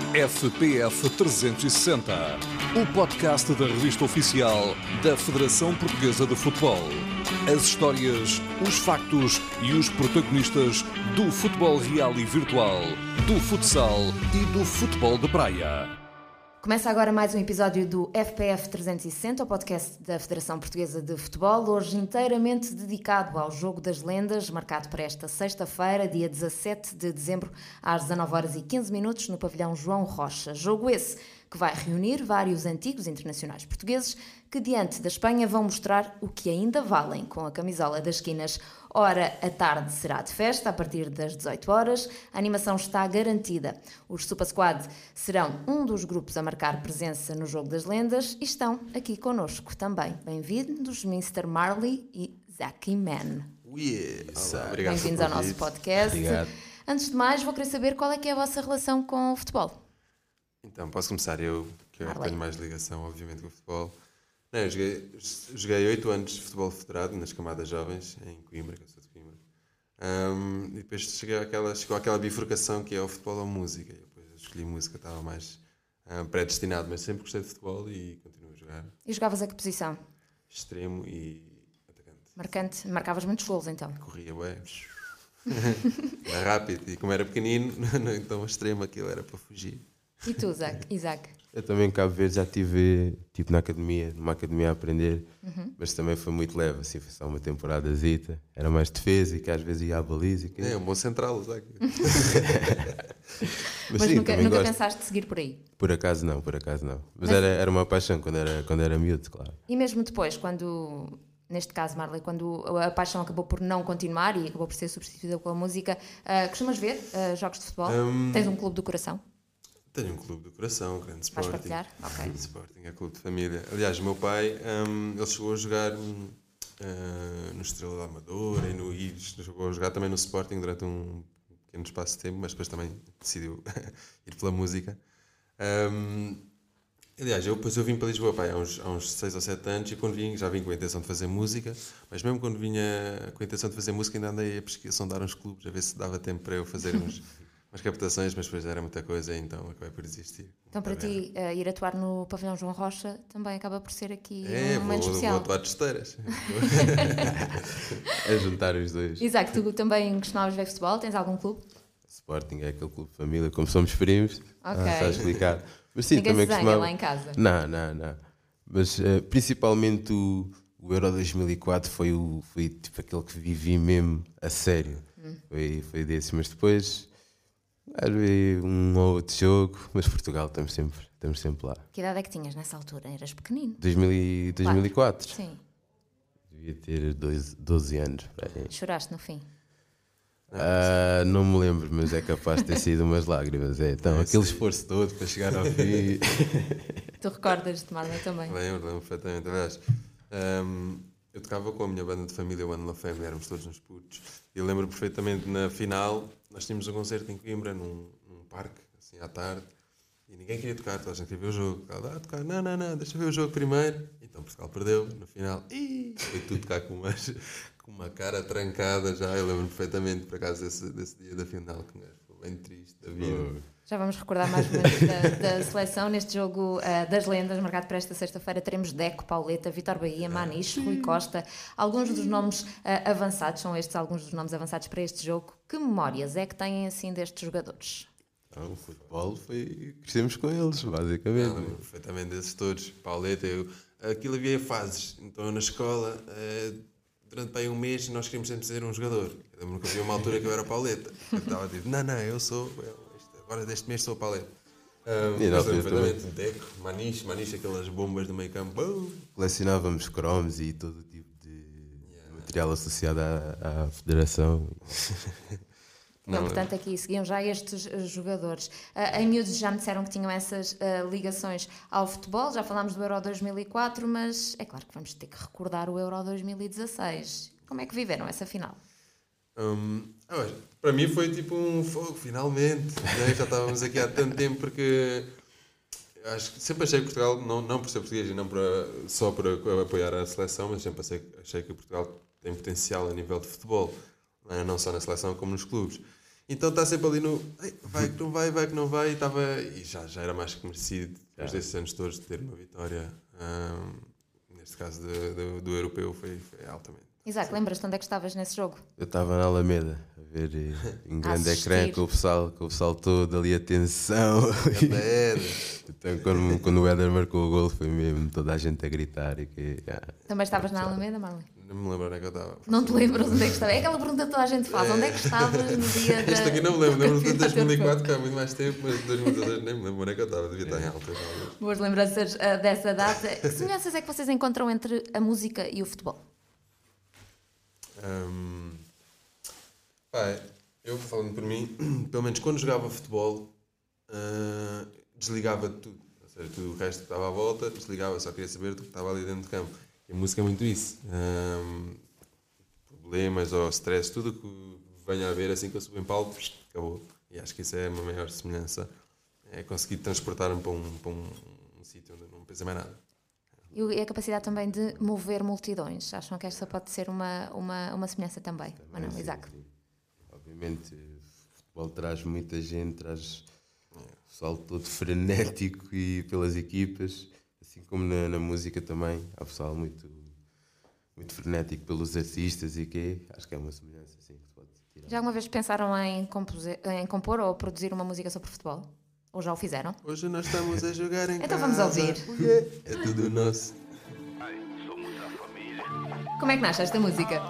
FPF 360, o podcast da revista oficial da Federação Portuguesa de Futebol. As histórias, os factos e os protagonistas do futebol real e virtual, do futsal e do futebol de praia. Começa agora mais um episódio do FPF 360, o podcast da Federação Portuguesa de Futebol, hoje inteiramente dedicado ao Jogo das Lendas, marcado para esta sexta-feira, dia 17 de dezembro, às 19h15, no pavilhão João Rocha. Jogo esse que vai reunir vários antigos internacionais portugueses que, diante da Espanha, vão mostrar o que ainda valem com a camisola das esquinas. Ora, a tarde será de festa, a partir das 18 horas. A animação está garantida. Os Super Squad serão um dos grupos a marcar presença no Jogo das Lendas e estão aqui connosco também. Bem-vindos, Mr. Marley e Zaki Man. Bem-vindos ao nosso podcast. Obrigado. Antes de mais, vou querer saber qual é que é a vossa relação com o futebol. Então, posso começar eu, que eu tenho mais ligação, obviamente, com o futebol. Não, eu joguei 8 anos de futebol federado nas camadas jovens, em Coimbra, que eu sou de Coimbra. E depois chegou àquela bifurcação que é o futebol ou música. E depois eu escolhi música, estava mais predestinado, mas sempre gostei de futebol e continuo a jogar. E jogavas a que posição? Extremo e atacante. Marcante. Marcavas muitos golos, então? Corria bem. Era rápido e como era pequenino, então extremo aquilo era para fugir. E tu, Isaac? Eu também em Cabo Verde já estive numa academia a aprender, mas também foi muito leve, assim, foi só uma temporadazita. Era mais defesa e que às vezes ia à baliza. É um bom central, Isaac. Mas sim, nunca pensaste seguir por aí? Por acaso não. Mas era uma paixão quando era miúdo, claro. E mesmo depois, neste caso, Marley, quando a paixão acabou por não continuar e acabou por ser substituída pela música, costumas ver jogos de futebol? Tens um clube do coração? Tenho um clube do coração, grande Sporting. Vais partilhar? Ok. Sporting é clube de família. Aliás, o meu pai, ele chegou a jogar no Estrela da Amadora e no Íris. Chegou a jogar também no Sporting durante um pequeno espaço de tempo, mas depois também decidiu ir pela música. Aliás, eu vim para Lisboa, pai, há uns 6 ou 7 anos, e quando vim, já vim com a intenção de fazer música, mas mesmo quando vinha com a intenção de fazer música, ainda andei a sondar uns clubes, a ver se dava tempo para eu fazer umas captações, mas depois era muita coisa, então acabei por desistir. Então para ti, ir atuar no pavilhão João Rocha também acaba por ser aqui um momento vou especial. Vou atuar de esteiras. A juntar os dois. Isaac, tu também costumavas ver futebol? Tens algum clube? Sporting é aquele clube de família, como somos primos, está explicado. Mas sim, ninguém também se zanha lá em casa? Não. Mas principalmente o Euro 2004 foi tipo aquele que vivi mesmo a sério. Foi desse, mas depois... um ou outro jogo, mas Portugal estamos sempre lá. Que idade é que tinhas nessa altura? Eras pequenino? 2004? Sim. Devia ter 12 anos. Choraste no fim? Não me lembro, mas é capaz de ter sido umas lágrimas. Então, aquele esforço todo para chegar ao fim. Tu recordas-te, Marley, também? Lembro perfeitamente. Aliás, eu tocava com a minha banda de família, o Ano La Femme, éramos todos uns putos. Eu lembro perfeitamente, na final, nós tínhamos um concerto em Coimbra, num parque, assim, à tarde, e ninguém queria tocar, toda a gente queria ver o jogo. Ela, tocar, não, deixa eu ver o jogo primeiro. Então Portugal perdeu, no final, foi tudo tocar com uma cara trancada já. Eu lembro perfeitamente, por acaso, desse dia da final, que foi bem triste da vida. Já vamos recordar mais momentos da seleção. Neste jogo das lendas, marcado para esta sexta-feira, teremos Deco, Pauleta, Vítor Bahia, Maniche, Rui Costa. Alguns dos nomes avançados, são estes alguns dos nomes avançados para este jogo. Que memórias é que têm assim destes jogadores? O futebol crescemos com eles, basicamente. Lembro perfeitamente desses todos. Pauleta, aquilo havia fases. Então eu na escola, durante bem um mês, nós queríamos sempre ser um jogador. Eu lembro que havia uma altura que eu era Pauleta. Eu estava a dizer, não, eu sou... Agora deste mês sou a Pauleta. Mas perfeitamente Deco, Maniche, aquelas bombas do meio campo. Colecionávamos cromos e todo tipo de material associado à federação. Então, portanto, aqui seguiam já estes jogadores. Em miúdos já me disseram que tinham essas ligações ao futebol. Já falámos do Euro 2004, mas é claro que vamos ter que recordar o Euro 2016. Como é que viveram essa final? Para mim foi tipo um fogo, finalmente, né? Já estávamos aqui há tanto tempo, porque acho que sempre achei que Portugal, não por ser português e não só por apoiar a seleção, mas sempre achei que Portugal tem potencial a nível de futebol, não só na seleção como nos clubes. Então está sempre ali no vai que não vai, vai que não vai, e já era mais que merecido, depois desses anos todos, de ter uma vitória, neste caso do europeu, foi altamente. Exato, lembras-te onde é que estavas nesse jogo? Eu estava na Alameda, a ver em grande ecrã com o pessoal todo ali, atenção. Então quando o Éder marcou o gol, foi mesmo toda a gente a gritar. Também estavas na Alameda, Marlon? Não me lembro onde é que eu estava. Não te lembras onde é que estava? É aquela pergunta que toda a gente faz. Onde é que estavas no dia da... Este aqui não me lembro. Lembro-me de 2004, que há muito mais tempo, mas de 2016 nem me lembro onde é que eu estava. Devia estar em alta. Boas lembranças dessa data. Que semelhanças é que vocês encontram entre a música e o futebol? Eu, falando por mim, pelo menos quando jogava futebol, desligava tudo. Ou seja, tudo o resto que estava à volta, desligava, só queria saber do que estava ali dentro de campo. E a música é muito isso. Problemas ou stress, tudo que venha a haver assim que eu subo em palco, acabou. E acho que isso é uma maior semelhança. É conseguir transportar-me para um sítio onde não pensa mais nada. E a capacidade também de mover multidões. Acham que esta pode ser uma semelhança também? Ou não, Isaac? Sim. Obviamente, o futebol traz muita gente, traz o pessoal todo frenético e pelas equipas, assim como na música também. Há pessoal muito frenético pelos artistas e quê. Acho que é uma semelhança assim, que se pode tirar. Já alguma vez pensaram em compor ou produzir uma música sobre futebol? Ou já o fizeram? Hoje nós estamos a jogar em casa. Então vamos ouvir. É tudo nosso. Como é que nasce esta música?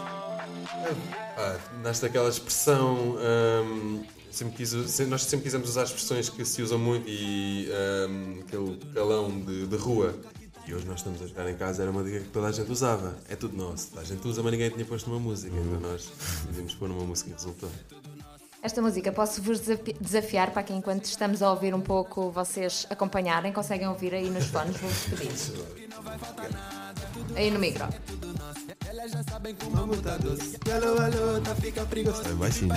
Nasce daquela expressão. Nós sempre quisemos usar expressões que se usam muito e aquele calão de rua. E hoje nós estamos a jogar em casa, era uma dica que toda a gente usava. É tudo nosso. Toda a gente usa, mas ninguém tinha posto uma música. Então nós decidimos pôr numa música e resultou. Esta música, posso-vos desafiar para que enquanto estamos a ouvir um pouco, vocês acompanharem, conseguem ouvir aí nos fones, vou-vos pedir. Aí no micro. É baixinho.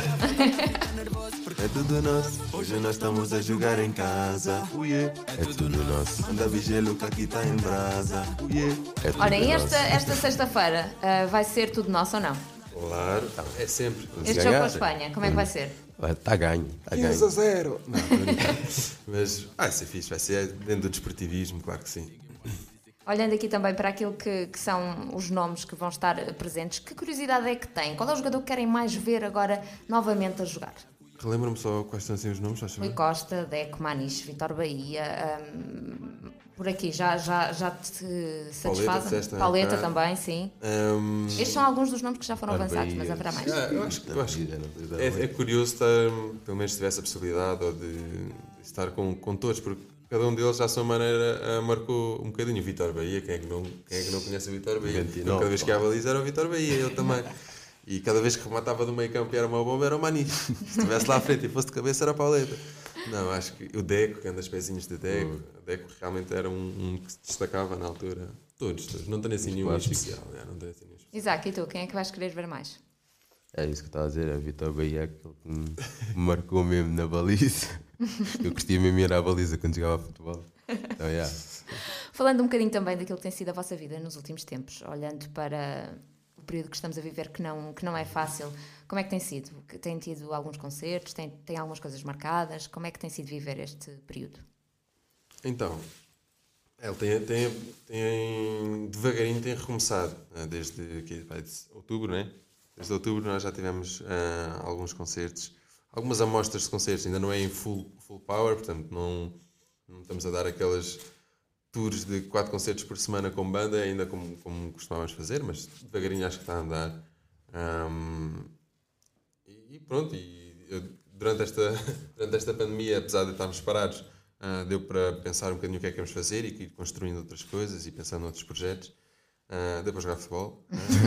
É tudo nosso. Hoje nós estamos a jogar em casa. É tudo nosso. Anda vigelo que aqui está em brasa. É tudo Ora, e nosso. esta sexta-feira vai ser tudo nosso ou não? Claro, é sempre. Este jogo com a Espanha, como é que vai ser? Está ganho. 15-0. Não, mas vai ser fixe, vai ser dentro do desportivismo, claro que sim. Olhando aqui também para aquilo que são os nomes que vão estar presentes, que curiosidade é que têm? Qual é o jogador que querem mais ver agora novamente a jogar? Relembra-me só quais são assim os nomes, acho. Rui Costa, Deco, Maniche, Vítor Bahia, por aqui já te satisfazem? Pauleta também, sim. Estes são alguns dos nomes que já foram avançados, mas haverá mais. Eu acho que é curioso estar, pelo menos se tivesse a possibilidade ou de estar com todos, porque cada um deles, à sua maneira, marcou um bocadinho. O Vítor Bahia, quem é que não conhece o Vítor Bahia? 29, cada vez que ia a baliza era o Vítor Bahia, eu também. E cada vez que rematava do meio campo e era uma bomba, era o Maniche. Se estivesse lá à frente e fosse de cabeça, era a Pauleta. Não, acho que o Deco, que anda aos pezinhos de Deco, o Deco realmente era um que se destacava na altura. Todos. Não tenho assim nenhum especial. Não tenho assim nenhum especial. Isaac, e tu, quem é que vais querer ver mais? É isso que estava a dizer, a Vítor Bahia, aquele que me marcou mesmo na baliza. Eu curtia mesmo ir à baliza quando jogava futebol. Então, Falando um bocadinho também daquilo que tem sido a vossa vida nos últimos tempos, olhando para o período que estamos a viver, que não é fácil, como é que tem sido? Tem tido alguns concertos, tem algumas coisas marcadas? Como é que tem sido viver este período? Então, ele tem devagarinho tem recomeçado, desde outubro, né? Desde outubro nós já tivemos alguns concertos, algumas amostras de concertos, ainda não é em full power, portanto não estamos a dar aquelas tours de 4 concertos por semana com banda, ainda como costumávamos fazer, mas devagarinho acho que está a andar. E pronto, durante esta pandemia, apesar de estarmos parados, deu para pensar um bocadinho o que é que vamos fazer e ir construindo outras coisas e pensando em outros projetos. Deu para jogar futebol.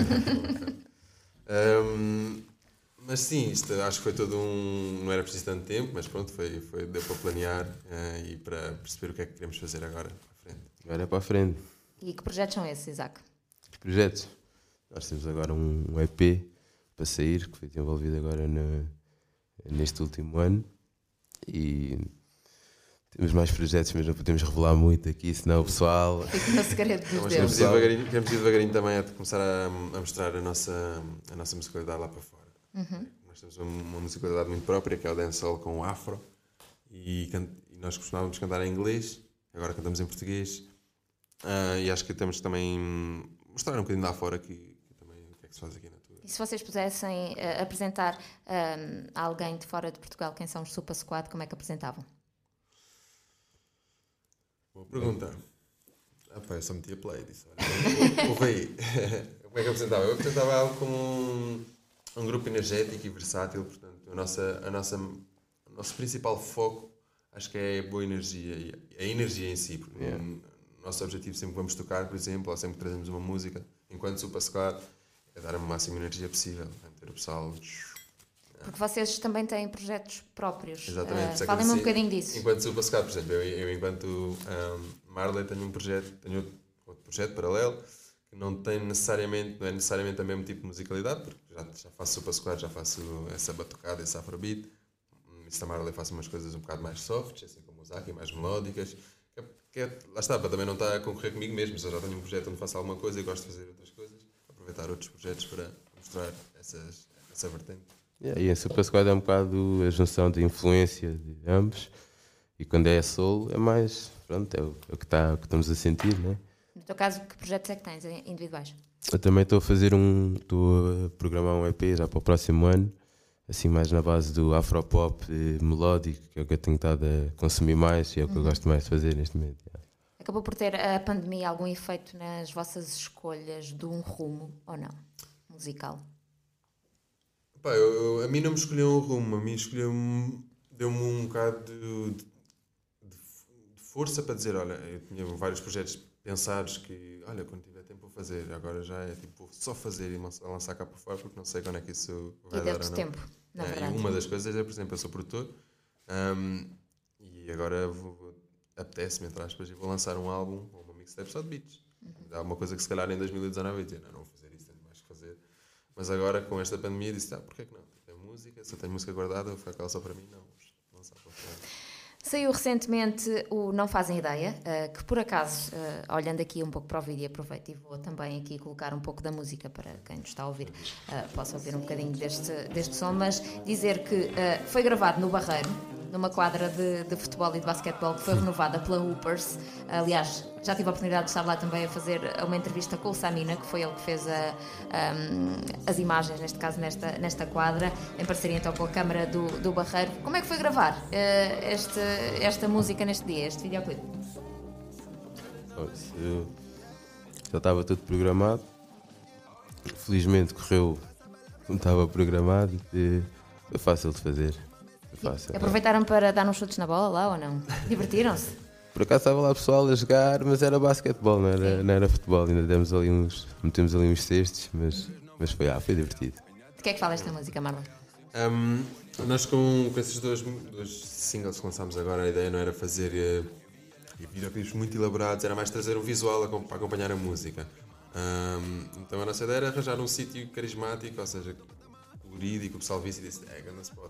Mas sim, isto acho que foi todo não era preciso tanto tempo, mas pronto, deu para planear e para perceber o que é que queremos fazer agora para a frente. agora é para a frente. E que projetos são esses, Isaac? Os projetos. Nós temos agora um EP para sair, que foi desenvolvido agora neste último ano. E temos mais projetos, mas não podemos revelar muito aqui, senão o pessoal... Fica no segredo dos Mas deuses. queremos ir devagarinho também a começar a mostrar a nossa musicalidade lá para fora. Nós nós temos uma musicalidade muito própria, que é o dancehall com o afro, e nós costumávamos cantar em inglês, agora cantamos em português, e acho que temos que também mostrar um bocadinho lá fora que também, o que é que se faz aqui na tua. E se vocês pudessem apresentar a alguém de fora de Portugal, quem são os Supa Squad, como é que apresentavam? Boa pergunta. Eu só metia play, disse. Ouve aí. Como é que eu apresentava? Eu apresentava algo como um grupo energético e versátil, portanto, o nosso principal foco acho que é a boa energia e a energia em si, porque o nosso objetivo sempre que vamos tocar, por exemplo, ou sempre que trazemos uma música, enquanto Supa Squad, é dar a máxima energia possível, ter o pessoal. Porque vocês também têm projetos próprios. Exatamente. Falem-me um bocadinho disso. Enquanto Supa Squad, por exemplo, eu enquanto Marley tenho outro projeto paralelo, que não é necessariamente a mesmo tipo de musicalidade, porque já faço Supa Squad, já faço essa batucada, esse afrobeat. Mr. Marley faço umas coisas um bocado mais softs, assim como o Zaki, mais melódicas. Lá está, para também não estar a concorrer comigo mesmo, se eu já tenho um projeto onde faço alguma coisa e gosto de fazer outras coisas, aproveitar outros projetos para mostrar essa vertente. E em Supa Squad é um bocado a junção de influência de ambos, e quando é solo é mais, pronto, é o que estamos a sentir, né? No teu caso, que projetos é que tens individuais? Eu também estou a programar um EP já para o próximo ano, assim mais na base do afropop melódico, que é o que eu tenho estado a consumir mais e é o que eu gosto mais de fazer neste momento. Acabou por ter a pandemia algum efeito nas vossas escolhas de um rumo ou não? Musical? A mim não me escolheu um rumo, a mim deu-me um bocado de força para dizer, olha, eu tinha vários projetos pensados que, olha, quando tiver tempo vou fazer, agora já é tipo, vou só fazer e lançar cá por fora porque não sei quando é que isso vai dar ou não. tempo, na verdade. E uma das coisas é, por exemplo, eu sou produtor e agora apetece-me, entre aspas, e vou lançar um álbum ou uma mixtape só de beats. Há uma coisa que se calhar em 2019 eu ia dizer, não vou fazer isso, tenho mais que fazer. Mas agora com esta pandemia disse, porquê que não? Tenho música, se eu tenho música guardada, vou ficar com ela só para mim, não, vou lançar para fora. Saiu recentemente o Não Fazem Ideia, que por acaso, olhando aqui um pouco para o vídeo, aproveito e vou também aqui colocar um pouco da música para quem nos está a ouvir, possa ouvir um bocadinho deste som, mas dizer que foi gravado no Barreiro, numa quadra de futebol e de basquetebol que foi renovada pela Hoopers. Aliás, já tive a oportunidade de estar lá também a fazer uma entrevista com o Samina, que foi ele que fez as imagens, neste caso nesta quadra, em parceria então com a Câmara do Barreiro. Como é que foi gravar esta música neste dia, este videoclipe? Já estava tudo programado, felizmente correu como estava programado e foi fácil de fazer. Aproveitaram para dar uns chutes na bola lá ou não? Divertiram-se? Por acaso estava lá pessoal a jogar, mas era basquetebol, não era futebol. Ainda metemos ali uns cestos, mas foi divertido. De que é que fala esta música, Marlon? Nós com esses dois singles que lançámos agora, a ideia não era fazer videoclipes muito elaborados, era mais trazer um visual para acompanhar a música. Então a nossa ideia era arranjar um sítio carismático, ou seja, colorido, e que o pessoal visse e disse, grande spot.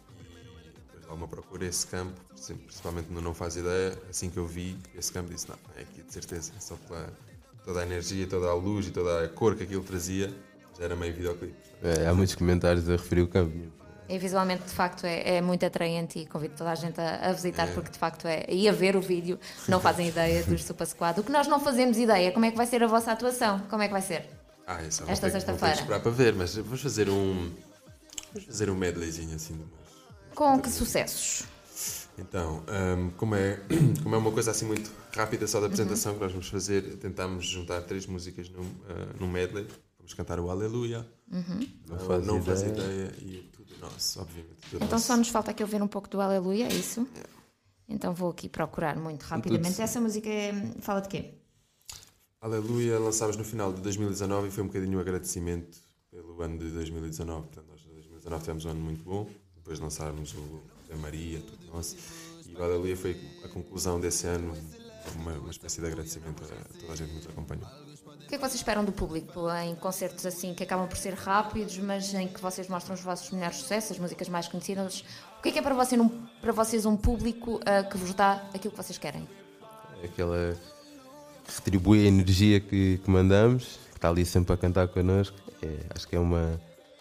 Há uma procura esse campo, principalmente no Não Faz Ideia. Assim que eu vi esse campo, disse: não, é aqui de certeza, só pela toda a energia, toda a luz e toda a cor que aquilo trazia, já era meio videoclipe. Há muitos comentários a referir o campo. E visualmente, de facto, é muito atraente e convido toda a gente a visitar, porque de facto e a ver o vídeo. Não fazem ideia dos Supa Squad. O que nós não fazemos ideia, como é que vai ser a vossa atuação? Como é que vai ser? Isso esta sexta-feira. Esperar para ver, mas vamos fazer um medleyzinho assim de umas. Com que sucessos? Então, como é uma coisa assim muito rápida só da apresentação que nós vamos fazer, tentámos juntar 3 músicas num medley. Vamos cantar o Aleluia, Não Faz Ideia e Tudo Nosso, obviamente. Então só nos falta aqui ouvir um pouco do Aleluia, é isso? Então vou aqui procurar muito rapidamente. Essa música fala de quê? Aleluia lançámos no final de 2019 e foi um bocadinho um agradecimento pelo ano de 2019. Portanto, nós em 2019 tivemos um ano muito bom. Depois lançámos o Ave Maria, Tudo Nosso, e o Aleluia foi a conclusão desse ano, uma espécie de agradecimento a toda a gente que nos acompanhou. O que é que vocês esperam do público em concertos assim que acabam por ser rápidos, mas em que vocês mostram os vossos melhores sucessos, as músicas mais conhecidas? O que é para vocês um público que vos dá aquilo que vocês querem? É aquela que retribui a energia que mandamos, que está ali sempre a cantar connosco. Acho que é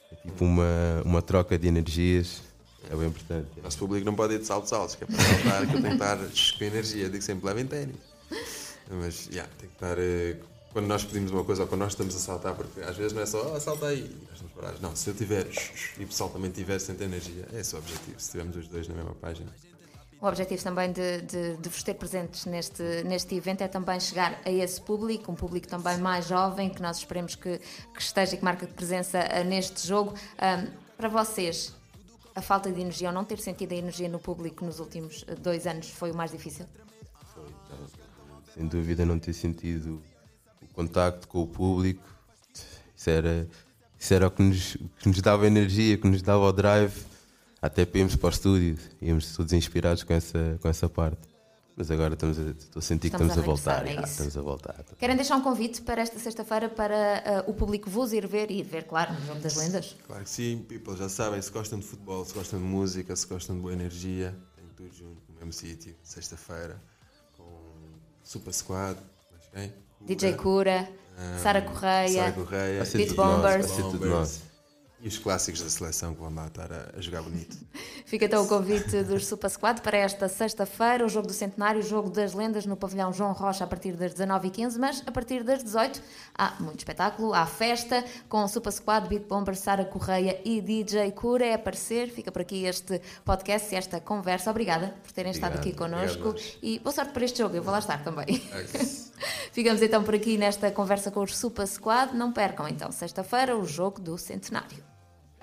É tipo uma troca de energias, é bem importante. O nosso público não pode ir de saltos altos, que é para saltar, que eu tenho que estar com energia. Eu digo sempre, levem ténis. Mas, tem que estar... quando nós pedimos uma coisa ou quando nós estamos a saltar, porque às vezes não é só, salta aí, e nós estamos parados. Não, se eu tiver e o pessoal também tiver sem ter energia, é esse o objetivo, se tivermos os dois na mesma página. O objetivo também de vos ter presentes neste evento é também chegar a esse público, um público também mais jovem, que nós esperemos que esteja e que marque presença neste jogo. Para vocês, a falta de energia ou não ter sentido a energia no público nos últimos 2 anos foi o mais difícil? Foi, sem dúvida, não ter sentido o contacto com o público. Isso era o que nos dava energia, que nos dava o drive. Até para irmos para o estúdio, íamos todos inspirados com essa parte. Mas agora estou a sentir que estamos a voltar. Estamos a voltar. Querem deixar um convite para esta sexta-feira para o público vos ir ver e ver, claro, no Jogo das Lendas? Claro que sim, people, já sabem, se gostam de futebol, se gostam de música, se gostam de boa energia, tem tudo junto no mesmo sítio, sexta-feira, com Super Squad, mas quem? DJ Cura, Sara Correia, Beat Vai Bombers. ser tudo nosso. E os clássicos da seleção que vão lá estar a jogar bonito. Fica então o convite dos Super Squad para esta sexta-feira, o Jogo do Centenário, o Jogo das Lendas no pavilhão João Rocha a partir das 19h15, mas a partir das 18h há muito espetáculo, há festa com Super Squad, Beat Bombers, Sara Correia e DJ Cura. É aparecer, fica por aqui este podcast e esta conversa. Obrigada por terem estado aqui connosco e boa sorte para este jogo, eu vou lá estar também. Ficamos então por aqui nesta conversa com os Super Squad. Não percam então sexta-feira o Jogo do Centenário.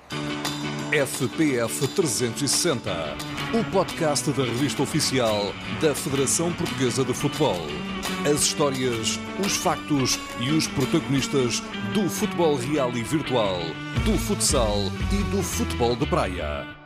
FPF 360, o podcast da revista oficial da Federação Portuguesa de Futebol. As histórias, os factos e os protagonistas do futebol real e virtual, do futsal e do futebol de praia.